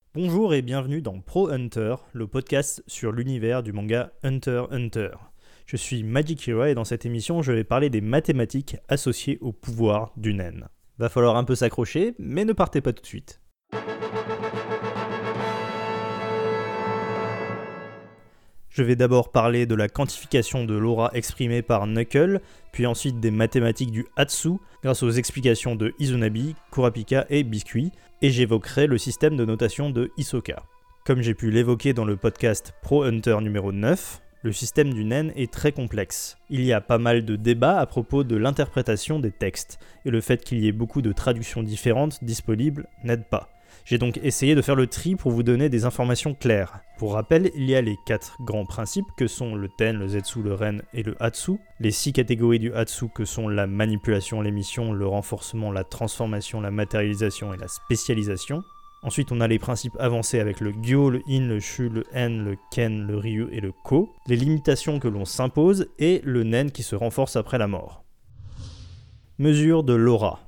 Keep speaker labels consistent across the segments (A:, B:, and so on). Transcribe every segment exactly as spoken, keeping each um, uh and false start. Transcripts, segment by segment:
A: Bonjour et bienvenue dans Pro Hunter, le podcast sur l'univers du manga Hunter x Hunter. Je suis Magic Hero et dans cette émission, je vais parler des mathématiques associées au pouvoir du naine. Va falloir un peu s'accrocher, mais ne partez pas tout de suite. Je vais d'abord parler de la quantification de l'aura exprimée par Knuckle, puis ensuite des mathématiques du Hatsu, grâce aux explications de Izunabi, Kurapika et Biscuit, et j'évoquerai le système de notation de Hisoka. Comme j'ai pu l'évoquer dans le podcast Pro Hunter numéro neuf, le système du naine est très complexe. Il y a pas mal de débats à propos de l'interprétation des textes, et le fait qu'il y ait beaucoup de traductions différentes disponibles n'aide pas. J'ai donc essayé de faire le tri pour vous donner des informations claires. Pour rappel, il y a les quatre grands principes que sont le ten, le zetsu, le ren et le hatsu. Les six catégories du hatsu que sont la manipulation, l'émission, le renforcement, la transformation, la matérialisation et la spécialisation. Ensuite, on a les principes avancés avec le gyo, le in, le shu, le en, le ken, le ryu et le ko. Les limitations que l'on s'impose et le nen qui se renforce après la mort. Mesure de l'aura.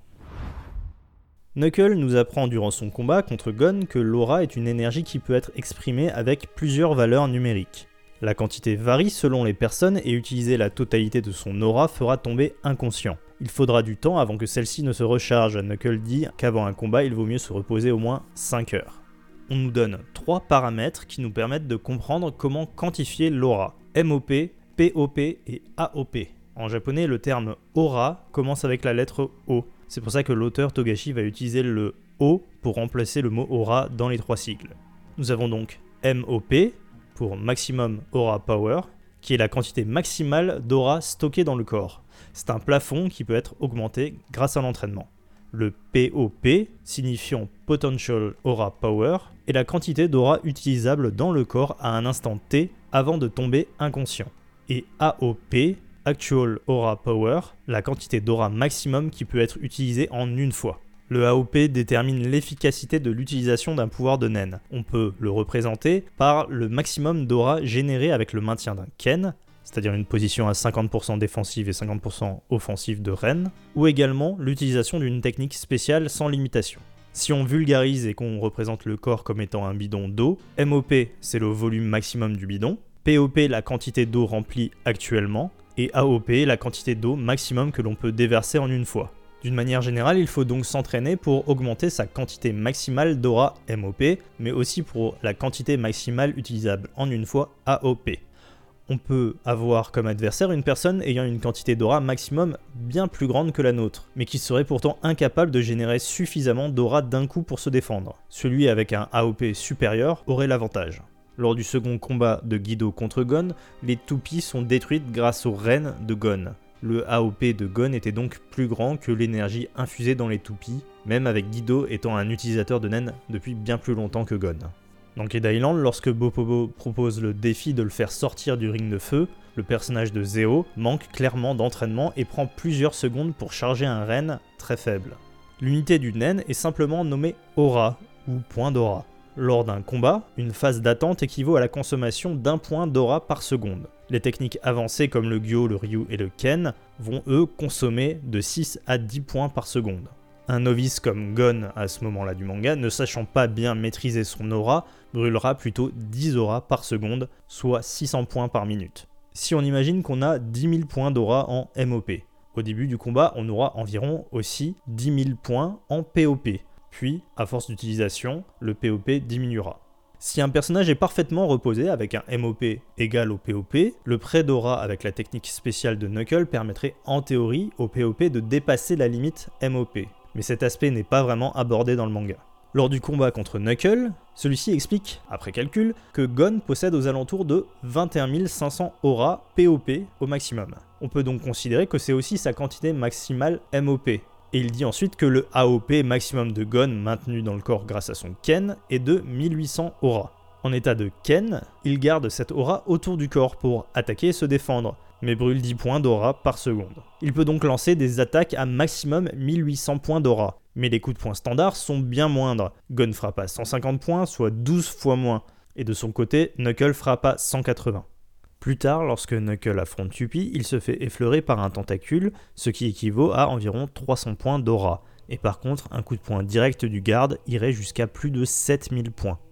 A: Knuckle nous apprend durant son combat contre Gon que l'aura est une énergie qui peut être exprimée avec plusieurs valeurs numériques. La quantité varie selon les personnes et utiliser la totalité de son aura fera tomber inconscient. Il faudra du temps avant que celle-ci ne se recharge. Knuckle dit qu'avant un combat, il vaut mieux se reposer au moins cinq heures. On nous donne trois paramètres qui nous permettent de comprendre comment quantifier l'aura. M O P, P O P et A O P. En japonais, le terme aura commence avec la lettre O. C'est pour ça que l'auteur Togashi va utiliser le O pour remplacer le mot aura dans les trois sigles. Nous avons donc M O P pour Maximum Aura Power, qui est la quantité maximale d'aura stockée dans le corps. C'est un plafond qui peut être augmenté grâce à l'entraînement. Le P O P, signifiant Potential Aura Power, est la quantité d'aura utilisable dans le corps à un instant T avant de tomber inconscient. Et A O P, Actual Aura Power, la quantité d'aura maximum qui peut être utilisée en une fois. Le A O P détermine l'efficacité de l'utilisation d'un pouvoir de naine. On peut le représenter par le maximum d'aura généré avec le maintien d'un ken, c'est-à-dire une position à cinquante pour cent défensive et cinquante pour cent offensive de ren, ou également l'utilisation d'une technique spéciale sans limitation. Si on vulgarise et qu'on représente le corps comme étant un bidon d'eau, M O P c'est le volume maximum du bidon, P O P la quantité d'eau remplie actuellement, et A O P la quantité d'eau maximum que l'on peut déverser en une fois. D'une manière générale, il faut donc s'entraîner pour augmenter sa quantité maximale d'aura M O P, mais aussi pour la quantité maximale utilisable en une fois A O P. On peut avoir comme adversaire une personne ayant une quantité d'aura maximum bien plus grande que la nôtre, mais qui serait pourtant incapable de générer suffisamment d'aura d'un coup pour se défendre. Celui avec un A O P supérieur aurait l'avantage. Lors du second combat de Guido contre Gon, les toupies sont détruites grâce au ren de Gon. Le A O P de Gon était donc plus grand que l'énergie infusée dans les toupies, même avec Guido étant un utilisateur de naine depuis bien plus longtemps que Gon. Dans Kid Island, lorsque Bopobo propose le défi de le faire sortir du ring de feu, le personnage de Zeo manque clairement d'entraînement et prend plusieurs secondes pour charger un ren très faible. L'unité du naine est simplement nommée aura ou point d'aura. Lors d'un combat, une phase d'attente équivaut à la consommation d'un point d'aura par seconde. Les techniques avancées comme le gyo, le ryu et le ken vont eux consommer de six à dix points par seconde. Un novice comme Gon à ce moment-là du manga, ne sachant pas bien maîtriser son aura, brûlera plutôt dix auras par seconde, soit six cents points par minute. Si on imagine qu'on a dix mille points d'aura en M O P, au début du combat on aura environ aussi dix mille points en P O P. Puis, à force d'utilisation, le P O P diminuera. Si un personnage est parfaitement reposé avec un M O P égal au P O P, le prêt d'aura avec la technique spéciale de Knuckle permettrait en théorie au P O P de dépasser la limite M O P. Mais cet aspect n'est pas vraiment abordé dans le manga. Lors du combat contre Knuckle, celui-ci explique, après calcul, que Gon possède aux alentours de vingt et un mille cinq cents auras P O P au maximum. On peut donc considérer que c'est aussi sa quantité maximale M O P. Et il dit ensuite que le A O P maximum de Gon maintenu dans le corps grâce à son ken est de mille huit cents auras. En état de ken, il garde cette aura autour du corps pour attaquer et se défendre, mais brûle dix points d'aura par seconde. Il peut donc lancer des attaques à maximum mille huit cents points d'aura, mais les coups de poing standards sont bien moindres. Gon frappe à cent cinquante points, soit douze fois moins, et de son côté, Knuckle frappe à cent quatre-vingts. Plus tard, lorsque Knuckle affronte Tuppy, il se fait effleurer par un tentacule, ce qui équivaut à environ trois cents points d'aura, et par contre, un coup de poing direct du garde irait jusqu'à plus de sept mille points.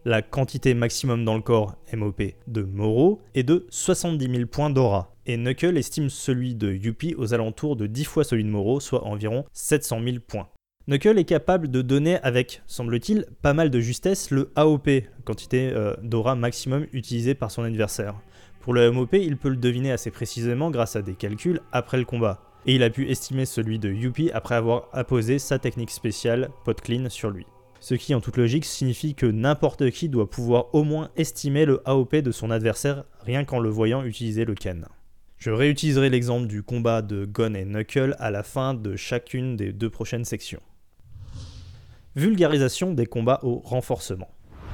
A: La quantité maximum dans le corps, M O P, de Moro est de soixante-dix mille points d'aura, et Knuckle estime celui de Youpi aux alentours de dix fois celui de Moro, soit environ sept cent mille points. Knuckle est capable de donner avec, semble-t-il, pas mal de justesse le A O P, quantité euh, d'aura maximum utilisée par son adversaire. Pour le M O P, il peut le deviner assez précisément grâce à des calculs après le combat, et il a pu estimer celui de Youpi après avoir apposé sa technique spéciale Pot Clean sur lui. Ce qui, en toute logique, signifie que n'importe qui doit pouvoir au moins estimer le A O P de son adversaire rien qu'en le voyant utiliser le Ken. Je réutiliserai l'exemple du combat de Gon et Knuckle à la fin de chacune des deux prochaines sections. Vulgarisation des combats au renforcement.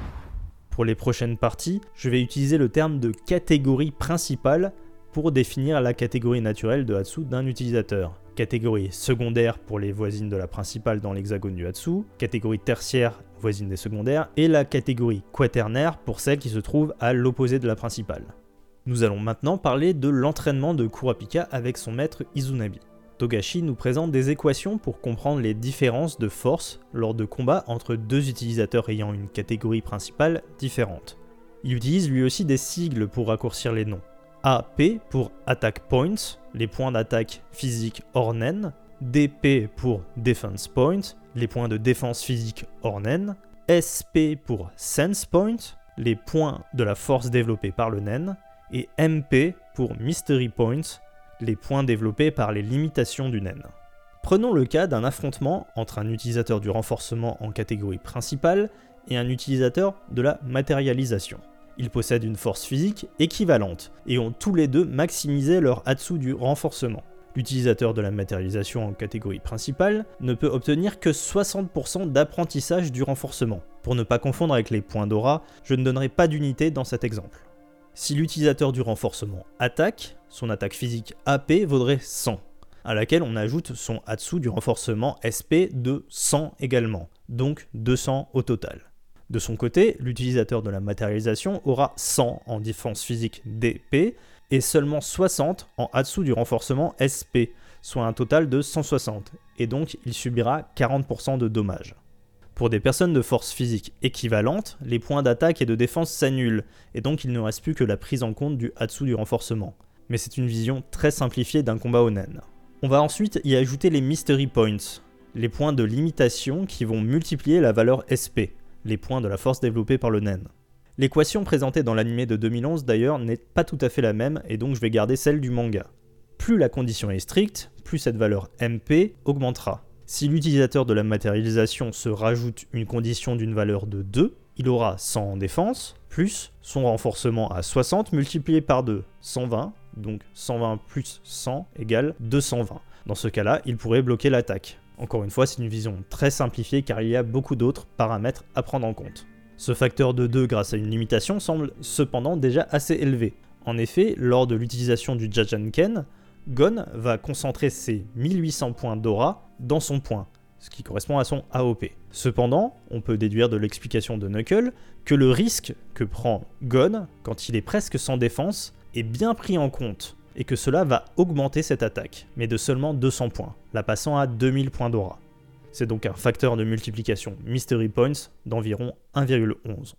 A: Pour les prochaines parties, je vais utiliser le terme de catégorie principale pour définir la catégorie naturelle de Hatsu d'un utilisateur. Catégorie secondaire pour les voisines de la principale dans l'hexagone du Hatsu, catégorie tertiaire voisine des secondaires, et la catégorie quaternaire pour celle qui se trouve à l'opposé de la principale. Nous allons maintenant parler de l'entraînement de Kurapika avec son maître Izunabi. Togashi nous présente des équations pour comprendre les différences de force lors de combats entre deux utilisateurs ayant une catégorie principale différente. Il utilise lui aussi des sigles pour raccourcir les noms. A P pour Attack Points, les points d'attaque physique hors naine, D P pour Defense Points, les points de défense physique hors naine, S P pour Sense Points, les points de la force développée par le naine, et M P pour Mystery Points, les points développés par les limitations du naine. Prenons le cas d'un affrontement entre un utilisateur du renforcement en catégorie principale et un utilisateur de la matérialisation. Ils possèdent une force physique équivalente et ont tous les deux maximisé leur Hatsu du renforcement. L'utilisateur de la matérialisation en catégorie principale ne peut obtenir que soixante pour cent d'apprentissage du renforcement. Pour ne pas confondre avec les points d'aura, je ne donnerai pas d'unité dans cet exemple. Si l'utilisateur du renforcement attaque, son attaque physique A P vaudrait cent, à laquelle on ajoute son Hatsu du renforcement S P de cent également, donc deux cents au total. De son côté, l'utilisateur de la matérialisation aura cent en défense physique D P et seulement soixante en Hatsu du renforcement S P, soit un total de cent soixante, et donc il subira quarante pour cent de dommages. Pour des personnes de force physique équivalente, les points d'attaque et de défense s'annulent, et donc il ne reste plus que la prise en compte du Hatsu du renforcement. Mais c'est une vision très simplifiée d'un combat au naine. On va ensuite y ajouter les Mystery Points, les points de limitation qui vont multiplier la valeur S P, les points de la force développée par le naine. L'équation présentée dans l'anime de deux mille onze d'ailleurs n'est pas tout à fait la même, et donc je vais garder celle du manga. Plus la condition est stricte, plus cette valeur M P augmentera. Si l'utilisateur de la matérialisation se rajoute une condition d'une valeur de deux, il aura cent en défense, plus son renforcement à soixante multiplié par deux, cent vingt, donc cent vingt plus cent égale deux cent vingt. Dans ce cas-là, il pourrait bloquer l'attaque. Encore une fois, c'est une vision très simplifiée car il y a beaucoup d'autres paramètres à prendre en compte. Ce facteur de deux grâce à une limitation semble cependant déjà assez élevé. En effet, lors de l'utilisation du Jajanken, Gon va concentrer ses mille huit cents points d'aura dans son point, ce qui correspond à son A O P. Cependant, on peut déduire de l'explication de Knuckle que le risque que prend Gon quand il est presque sans défense est bien pris en compte, et que cela va augmenter cette attaque, mais de seulement deux cents points, la passant à deux mille points d'aura. C'est donc un facteur de multiplication Mystery Points d'environ un virgule onze.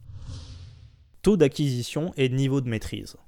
A: Taux d'acquisition et niveau de maîtrise.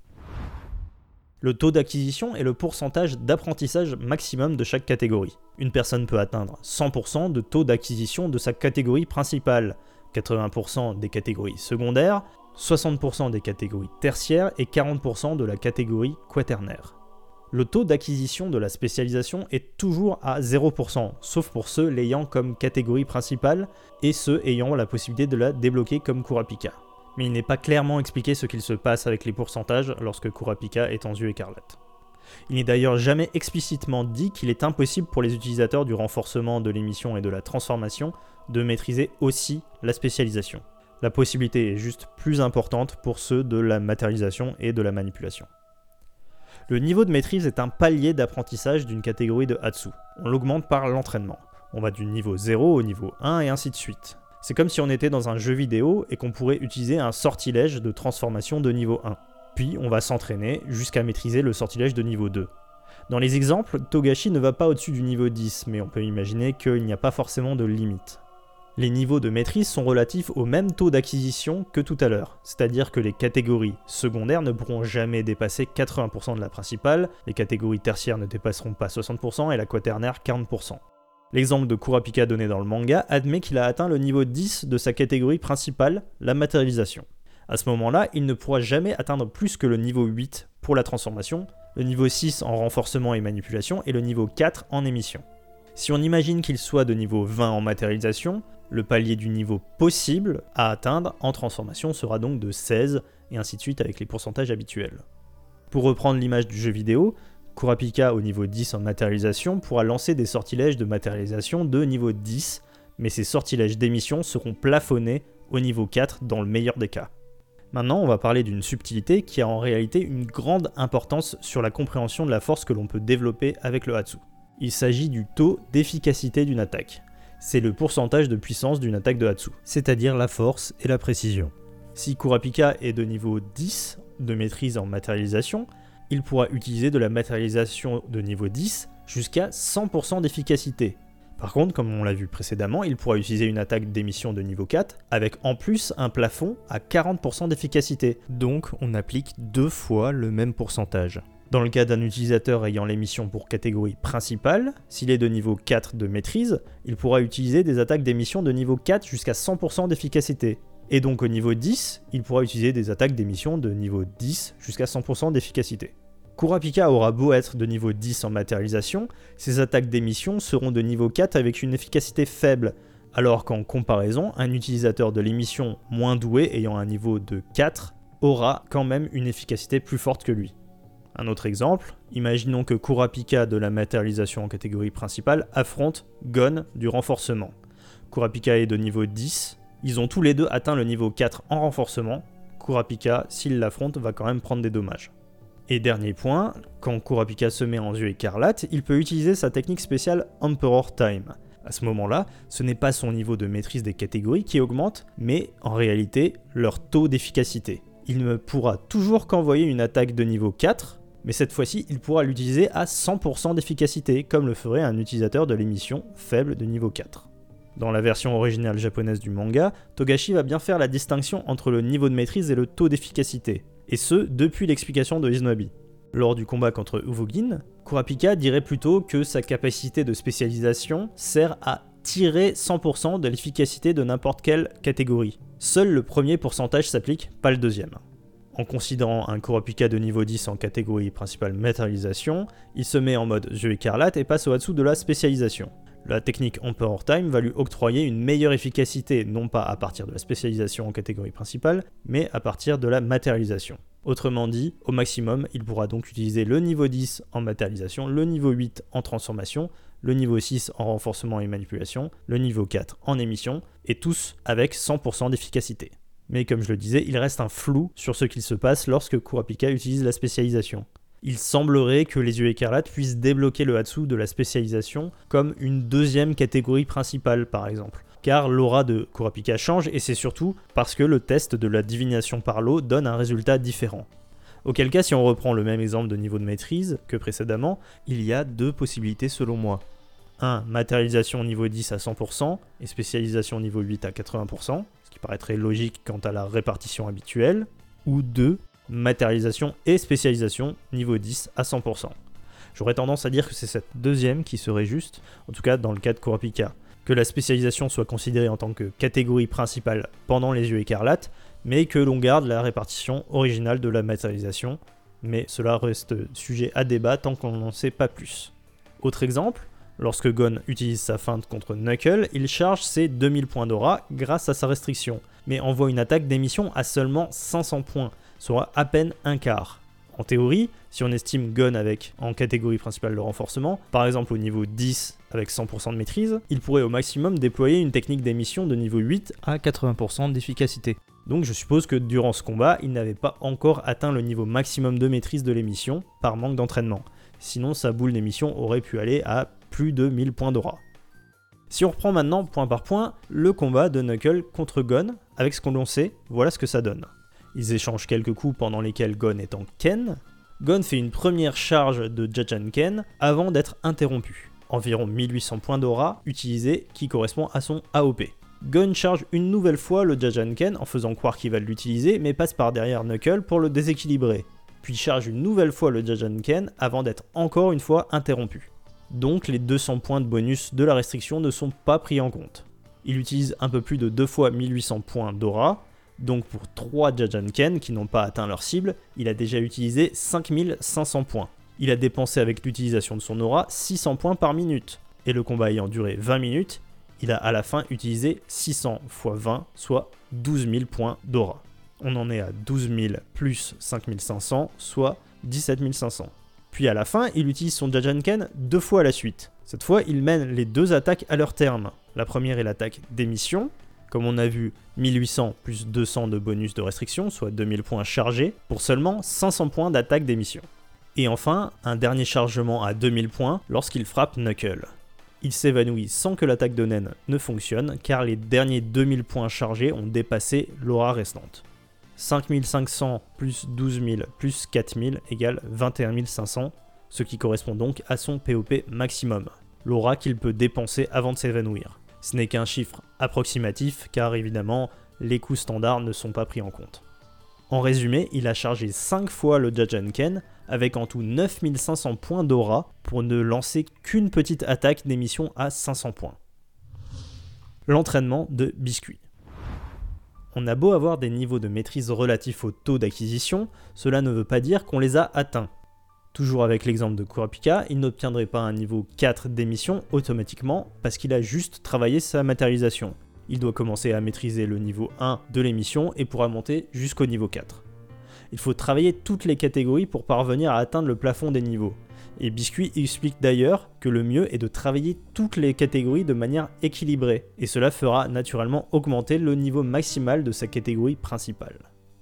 A: Le taux d'acquisition est le pourcentage d'apprentissage maximum de chaque catégorie. Une personne peut atteindre cent pour cent de taux d'acquisition de sa catégorie principale, quatre-vingts pour cent des catégories secondaires, soixante pour cent des catégories tertiaires et quarante pour cent de la catégorie quaternaire. Le taux d'acquisition de la spécialisation est toujours à zéro pour cent, sauf pour ceux l'ayant comme catégorie principale et ceux ayant la possibilité de la débloquer comme Kurapika. Mais il n'est pas clairement expliqué ce qu'il se passe avec les pourcentages lorsque Kurapika est en yeux écarlates. Il n'est d'ailleurs jamais explicitement dit qu'il est impossible pour les utilisateurs du renforcement de l'émission et de la transformation de maîtriser aussi la spécialisation. La possibilité est juste plus importante pour ceux de la matérialisation et de la manipulation. Le niveau de maîtrise est un palier d'apprentissage d'une catégorie de Hatsu. On l'augmente par l'entraînement. On va du niveau zéro au niveau un et ainsi de suite. C'est comme si on était dans un jeu vidéo et qu'on pourrait utiliser un sortilège de transformation de niveau un. Puis on va s'entraîner jusqu'à maîtriser le sortilège de niveau deux. Dans les exemples, Togashi ne va pas au-dessus du niveau dix, mais on peut imaginer qu'il n'y a pas forcément de limite. Les niveaux de maîtrise sont relatifs au même taux d'acquisition que tout à l'heure, c'est-à-dire que les catégories secondaires ne pourront jamais dépasser quatre-vingts pour cent de la principale, les catégories tertiaires ne dépasseront pas soixante pour cent et la quaternaire quarante pour cent. L'exemple de Kurapika donné dans le manga admet qu'il a atteint le niveau dix de sa catégorie principale, la matérialisation. À ce moment-là, il ne pourra jamais atteindre plus que le niveau huit pour la transformation, le niveau six en renforcement et manipulation et le niveau quatre en émission. Si on imagine qu'il soit de niveau vingt en matérialisation, le palier du niveau possible à atteindre en transformation sera donc de seize, et ainsi de suite avec les pourcentages habituels. Pour reprendre l'image du jeu vidéo, Kurapika au niveau dix en matérialisation pourra lancer des sortilèges de matérialisation de niveau dix, mais ces sortilèges d'émission seront plafonnés au niveau quatre dans le meilleur des cas. Maintenant, on va parler d'une subtilité qui a en réalité une grande importance sur la compréhension de la force que l'on peut développer avec le Hatsu. Il s'agit du taux d'efficacité d'une attaque. C'est le pourcentage de puissance d'une attaque de Hatsu, c'est-à-dire la force et la précision. Si Kurapika est de niveau dix de maîtrise en matérialisation, il pourra utiliser de la matérialisation de niveau dix jusqu'à cent pour cent d'efficacité. Par contre, comme on l'a vu précédemment, il pourra utiliser une attaque d'émission de niveau quatre avec en plus un plafond à quarante pour cent d'efficacité. Donc on applique deux fois le même pourcentage. Dans le cas d'un utilisateur ayant l'émission pour catégorie principale, s'il est de niveau quatre de maîtrise, il pourra utiliser des attaques d'émission de niveau quatre jusqu'à cent pour cent d'efficacité. Et donc au niveau dix, il pourra utiliser des attaques d'émission de niveau dix jusqu'à cent pour cent d'efficacité. Kurapika aura beau être de niveau dix en matérialisation, ses attaques d'émission seront de niveau quatre avec une efficacité faible, alors qu'en comparaison, un utilisateur de l'émission moins doué ayant un niveau de quatre aura quand même une efficacité plus forte que lui. Un autre exemple, imaginons que Kurapika de la matérialisation en catégorie principale affronte Gon du renforcement. Kurapika est de niveau dix, ils ont tous les deux atteint le niveau quatre en renforcement, Kurapika, s'il l'affronte, va quand même prendre des dommages. Et dernier point, quand Kurapika se met en yeux écarlates, il peut utiliser sa technique spéciale Emperor Time. À ce moment-là, ce n'est pas son niveau de maîtrise des catégories qui augmente, mais en réalité leur taux d'efficacité. Il ne pourra toujours qu'envoyer une attaque de niveau quatre, mais cette fois-ci, il pourra l'utiliser à cent pour cent d'efficacité, comme le ferait un utilisateur de l'émission faible de niveau quatre. Dans la version originale japonaise du manga, Togashi va bien faire la distinction entre le niveau de maîtrise et le taux d'efficacité, et ce, depuis l'explication de Izunabi. Lors du combat contre Uvogin, Kurapika dirait plutôt que sa capacité de spécialisation sert à tirer cent pour cent de l'efficacité de n'importe quelle catégorie. Seul le premier pourcentage s'applique, pas le deuxième. En considérant un Kurapika de niveau dix en catégorie principale matérialisation, il se met en mode yeux écarlate et passe au Hatsu de la spécialisation. La technique Emperor Time va lui octroyer une meilleure efficacité, non pas à partir de la spécialisation en catégorie principale, mais à partir de la matérialisation. Autrement dit, au maximum, il pourra donc utiliser le niveau dix en matérialisation, le niveau huit en transformation, le niveau six en renforcement et manipulation, le niveau quatre en émission, et tous avec cent pour cent d'efficacité. Mais comme je le disais, il reste un flou sur ce qu'il se passe lorsque Kurapika utilise la spécialisation. Il semblerait que les yeux écarlates puissent débloquer le Hatsu de la spécialisation comme une deuxième catégorie principale par exemple, car l'aura de Kurapika change et c'est surtout parce que le test de la divination par l'eau donne un résultat différent. Auquel cas, si on reprend le même exemple de niveau de maîtrise que précédemment, il y a deux possibilités selon moi. un. Matérialisation niveau dix à cent pour cent et spécialisation niveau huit à quatre-vingts pour cent, ce qui paraîtrait logique quant à la répartition habituelle, ou deux. Matérialisation et spécialisation niveau dix à cent pour cent. J'aurais tendance à dire que c'est cette deuxième qui serait juste, en tout cas dans le cas de Kurapika, que la spécialisation soit considérée en tant que catégorie principale pendant les yeux écarlates, mais que l'on garde la répartition originale de la matérialisation, mais cela reste sujet à débat tant qu'on n'en sait pas plus. Autre exemple, lorsque Gon utilise sa feinte contre Knuckle, il charge ses deux mille points d'aura grâce à sa restriction, mais envoie une attaque d'émission à seulement cinq cents points, soit à peine un quart. En théorie, si on estime Gon avec en catégorie principale le renforcement, par exemple au niveau dix avec cent pour cent de maîtrise, il pourrait au maximum déployer une technique d'émission de niveau huit à quatre-vingts pour cent d'efficacité. Donc je suppose que durant ce combat, il n'avait pas encore atteint le niveau maximum de maîtrise de l'émission par manque d'entraînement. Sinon sa boule d'émission aurait pu aller à plus de mille points d'aura. Si on reprend maintenant point par point le combat de Knuckle contre Gon, avec ce qu'on en sait, voilà ce que ça donne. Ils échangent quelques coups pendant lesquels Gon est en Ken. Gon fait une première charge de Jajanken avant d'être interrompu. Environ mille huit cents points d'aura utilisés qui correspond à son A O P. Gon charge une nouvelle fois le Jajanken en faisant croire qu'il va l'utiliser, mais passe par derrière Knuckle pour le déséquilibrer. Puis charge une nouvelle fois le Jajanken avant d'être encore une fois interrompu. Donc les deux cents points de bonus de la restriction ne sont pas pris en compte. Il utilise un peu plus de deux fois mille huit cents points d'aura, donc pour trois Jajanken qui n'ont pas atteint leur cible, il a déjà utilisé cinq mille cinq cents points. Il a dépensé avec l'utilisation de son aura six cents points par minute, et le combat ayant duré vingt minutes, il a à la fin utilisé six cents fois vingt, soit douze mille points d'aura. On en est à douze mille plus cinq mille cinq cents, soit dix-sept mille cinq cents. Puis à la fin, il utilise son Jajanken deux fois à la suite. Cette fois, il mène les deux attaques à leur terme. La première est l'attaque d'émission. Comme on a vu, mille huit cents plus deux cents de bonus de restriction, soit deux mille points chargés, pour seulement cinq cents points d'attaque d'émission. Et enfin, un dernier chargement à deux mille points lorsqu'il frappe Knuckle. Il s'évanouit sans que l'attaque de Nen ne fonctionne, car les derniers deux mille points chargés ont dépassé l'aura restante. cinq mille cinq cents plus douze mille plus quatre mille égale vingt et un mille cinq cents, ce qui correspond donc à son P O P maximum, l'aura qu'il peut dépenser avant de s'évanouir. Ce n'est qu'un chiffre approximatif, car évidemment, les coûts standards ne sont pas pris en compte. En résumé, il a chargé cinq fois le Jajanken, avec en tout neuf mille cinq cents points d'aura, pour ne lancer qu'une petite attaque d'émission à cinq cents points. L'entraînement de Biscuit. On a beau avoir des niveaux de maîtrise relatifs au taux d'acquisition, cela ne veut pas dire qu'on les a atteints. Toujours avec l'exemple de Kurapika, il n'obtiendrait pas un niveau quatre d'émission automatiquement parce qu'il a juste travaillé sa matérialisation. Il doit commencer à maîtriser le niveau un de l'émission et pourra monter jusqu'au niveau quatre. Il faut travailler toutes les catégories pour parvenir à atteindre le plafond des niveaux. Et Biscuit explique d'ailleurs que le mieux est de travailler toutes les catégories de manière équilibrée, et cela fera naturellement augmenter le niveau maximal de sa catégorie principale.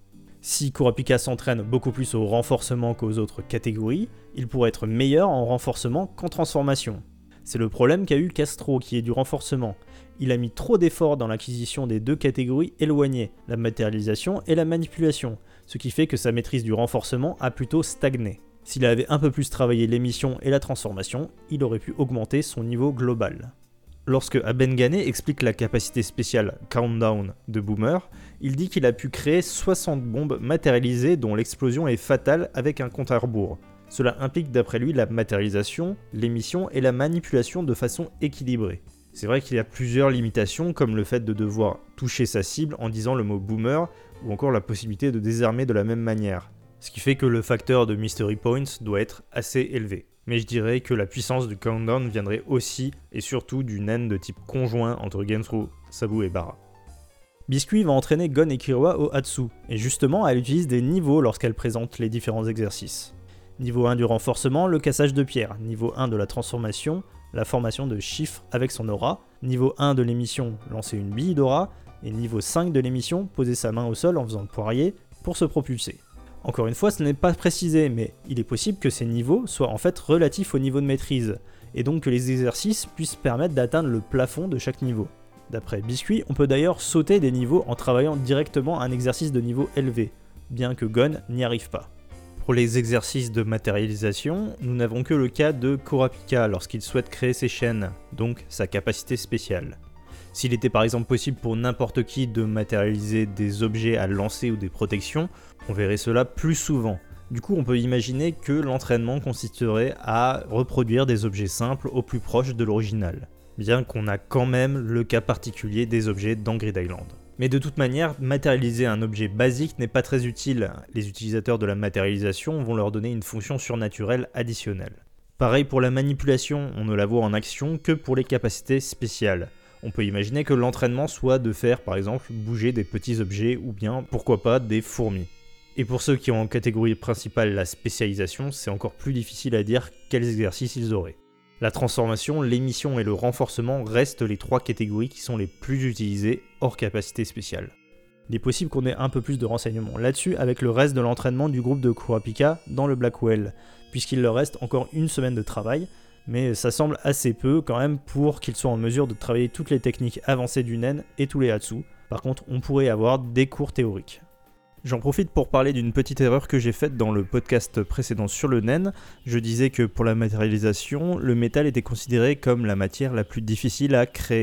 A: Si Kurapika s'entraîne beaucoup plus au renforcement qu'aux autres catégories, il pourrait être meilleur en renforcement qu'en transformation. C'est le problème qu'a eu Castro qui est du renforcement. Il a mis trop d'efforts dans l'acquisition des deux catégories éloignées, la matérialisation et la manipulation, ce qui fait que sa maîtrise du renforcement a plutôt stagné. S'il avait un peu plus travaillé l'émission et la transformation, il aurait pu augmenter son niveau global. Lorsque Abengane explique la capacité spéciale Countdown de Boomer, il dit qu'il a pu créer soixante bombes matérialisées dont l'explosion est fatale avec un compte à rebours. Cela implique d'après lui la matérialisation, l'émission et la manipulation de façon équilibrée. C'est vrai qu'il y a plusieurs limitations comme le fait de devoir toucher sa cible en disant le mot Boomer ou encore la possibilité de désarmer de la même manière. Ce qui fait que le facteur de Mystery Points doit être assez élevé. Mais je dirais que la puissance du countdown viendrait aussi et surtout du Nen de type conjoint entre Gentru, Sabu et Bara. Biscuit va entraîner Gon et Killua au Hatsu, et justement elle utilise des niveaux lorsqu'elle présente les différents exercices. Niveau un du renforcement, le cassage de pierre. Niveau un de la transformation, la formation de chiffres avec son aura. Niveau un de l'émission, lancer une bille d'aura. Et niveau cinq de l'émission, poser sa main au sol en faisant le poirier pour se propulser. Encore une fois, ce n'est pas précisé, mais il est possible que ces niveaux soient en fait relatifs au niveau de maîtrise, et donc que les exercices puissent permettre d'atteindre le plafond de chaque niveau. D'après Biscuit, on peut d'ailleurs sauter des niveaux en travaillant directement un exercice de niveau élevé, bien que Gon n'y arrive pas. Pour les exercices de matérialisation, nous n'avons que le cas de Kurapika lorsqu'il souhaite créer ses chaînes, donc sa capacité spéciale. S'il était par exemple possible pour n'importe qui de matérialiser des objets à lancer ou des protections, on verrait cela plus souvent. Du coup, on peut imaginer que l'entraînement consisterait à reproduire des objets simples au plus proche de l'original, bien qu'on a quand même le cas particulier des objets dans Grid Island. Mais de toute manière, matérialiser un objet basique n'est pas très utile. Les utilisateurs de la matérialisation vont leur donner une fonction surnaturelle additionnelle. Pareil pour la manipulation, on ne la voit en action que pour les capacités spéciales. On peut imaginer que l'entraînement soit de faire par exemple bouger des petits objets ou bien pourquoi pas des fourmis. Et pour ceux qui ont en catégorie principale la spécialisation, c'est encore plus difficile à dire quels exercices ils auraient. La transformation, l'émission et le renforcement restent les trois catégories qui sont les plus utilisées hors capacité spéciale. Il est possible qu'on ait un peu plus de renseignements là-dessus avec le reste de l'entraînement du groupe de Kurapika dans le Blackwell, puisqu'il leur reste encore une semaine de travail, mais ça semble assez peu quand même pour qu'ils soient en mesure de travailler toutes les techniques avancées du Nen et tous les Hatsu. Par contre, on pourrait avoir des cours théoriques. J'en profite pour parler d'une petite erreur que j'ai faite dans le podcast précédent sur le Nen. Je disais que pour la matérialisation, le métal était considéré comme la matière la plus difficile à créer.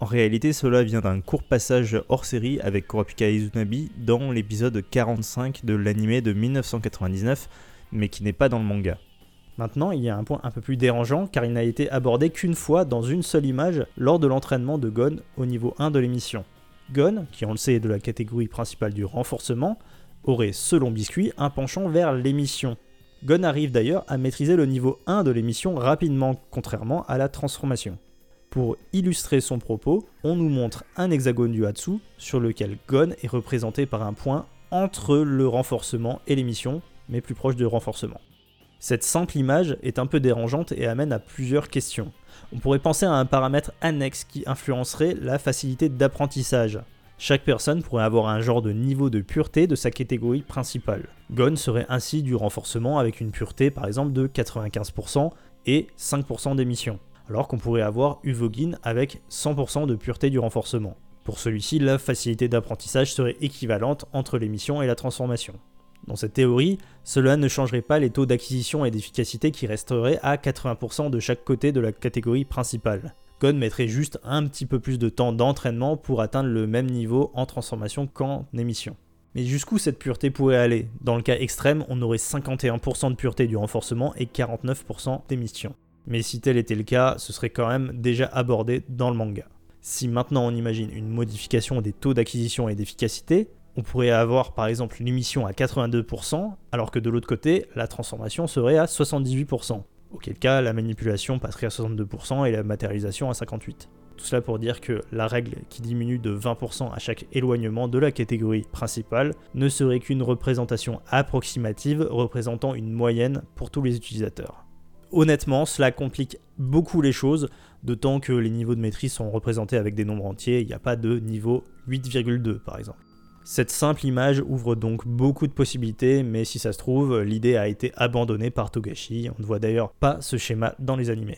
A: En réalité, cela vient d'un court passage hors série avec Kurapika Izunabi dans l'épisode quarante-cinq de l'anime de dix-neuf cent quatre-vingt-dix-neuf, mais qui n'est pas dans le manga. Maintenant, il y a un point un peu plus dérangeant car il n'a été abordé qu'une fois dans une seule image lors de l'entraînement de Gon au niveau un de l'émission. Gon, qui on le sait est de la catégorie principale du renforcement, aurait, selon Biscuit, un penchant vers l'émission. Gon arrive d'ailleurs à maîtriser le niveau un de l'émission rapidement, contrairement à la transformation. Pour illustrer son propos, on nous montre un hexagone du Hatsu sur lequel Gon est représenté par un point entre le renforcement et l'émission, mais plus proche du renforcement. Cette simple image est un peu dérangeante et amène à plusieurs questions. On pourrait penser à un paramètre annexe qui influencerait la facilité d'apprentissage. Chaque personne pourrait avoir un genre de niveau de pureté de sa catégorie principale. Gon serait ainsi du renforcement avec une pureté par exemple de quatre-vingt-quinze pour cent et cinq pour cent d'émission, alors qu'on pourrait avoir Uvogin avec cent pour cent de pureté du renforcement. Pour celui-ci, la facilité d'apprentissage serait équivalente entre l'émission et la transformation. Dans cette théorie, cela ne changerait pas les taux d'acquisition et d'efficacité qui resteraient à quatre-vingts pour cent de chaque côté de la catégorie principale. Gon mettrait juste un petit peu plus de temps d'entraînement pour atteindre le même niveau en transformation qu'en émission. Mais jusqu'où cette pureté pourrait aller ? Dans le cas extrême, on aurait cinquante et un pour cent de pureté du renforcement et quarante-neuf pour cent d'émission. Mais si tel était le cas, ce serait quand même déjà abordé dans le manga. Si maintenant on imagine une modification des taux d'acquisition et d'efficacité, on pourrait avoir par exemple l'émission à quatre-vingt-deux pour cent, alors que de l'autre côté, la transformation serait à soixante-dix-huit pour cent. Auquel cas, la manipulation passerait à soixante-deux pour cent et la matérialisation à cinquante-huit pour cent. Tout cela pour dire que la règle qui diminue de vingt pour cent à chaque éloignement de la catégorie principale ne serait qu'une représentation approximative représentant une moyenne pour tous les utilisateurs. Honnêtement, cela complique beaucoup les choses, d'autant que les niveaux de maîtrise sont représentés avec des nombres entiers, il n'y a pas de niveau huit virgule deux par exemple. Cette simple image ouvre donc beaucoup de possibilités, mais si ça se trouve, l'idée a été abandonnée par Togashi, on ne voit d'ailleurs pas ce schéma dans les animés.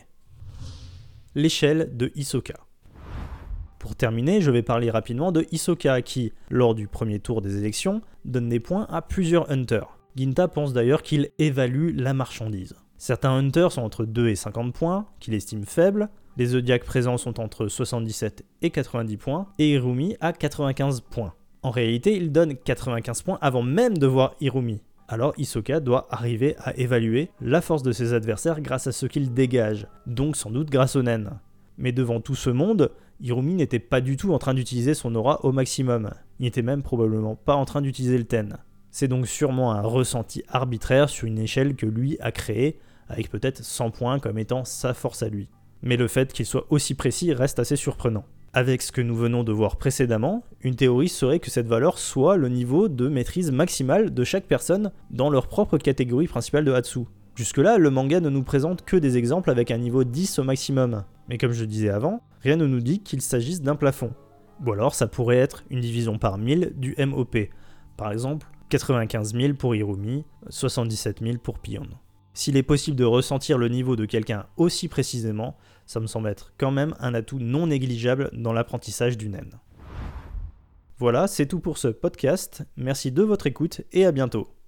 A: L'échelle de Hisoka. Pour terminer, je vais parler rapidement de Hisoka qui, lors du premier tour des élections, donne des points à plusieurs hunters. Ginta pense d'ailleurs qu'il évalue la marchandise. Certains hunters sont entre deux et cinquante points, qu'il estime faibles, les zodiacs présents sont entre soixante-dix-sept et quatre-vingt-dix points, et Hirumi à quatre-vingt-quinze points. En réalité, il donne quatre-vingt-quinze points avant même de voir Hirumi. Alors Hisoka doit arriver à évaluer la force de ses adversaires grâce à ce qu'il dégage, donc sans doute grâce au nen. Mais devant tout ce monde, Hirumi n'était pas du tout en train d'utiliser son aura au maximum. Il n'était même probablement pas en train d'utiliser le ten. C'est donc sûrement un ressenti arbitraire sur une échelle que lui a créée, avec peut-être cent points comme étant sa force à lui. Mais le fait qu'il soit aussi précis reste assez surprenant. Avec ce que nous venons de voir précédemment, une théorie serait que cette valeur soit le niveau de maîtrise maximale de chaque personne dans leur propre catégorie principale de Hatsu. Jusque-là, le manga ne nous présente que des exemples avec un niveau dix au maximum. Mais comme je disais avant, rien ne nous dit qu'il s'agisse d'un plafond. Ou alors ça pourrait être une division par mille du M O P. Par exemple, quatre-vingt-quinze mille pour Hirumi, soixante-dix-sept mille pour Pion. S'il est possible de ressentir le niveau de quelqu'un aussi précisément, ça me semble être quand même un atout non négligeable dans l'apprentissage du nen. Voilà, c'est tout pour ce podcast. Merci de votre écoute et à bientôt.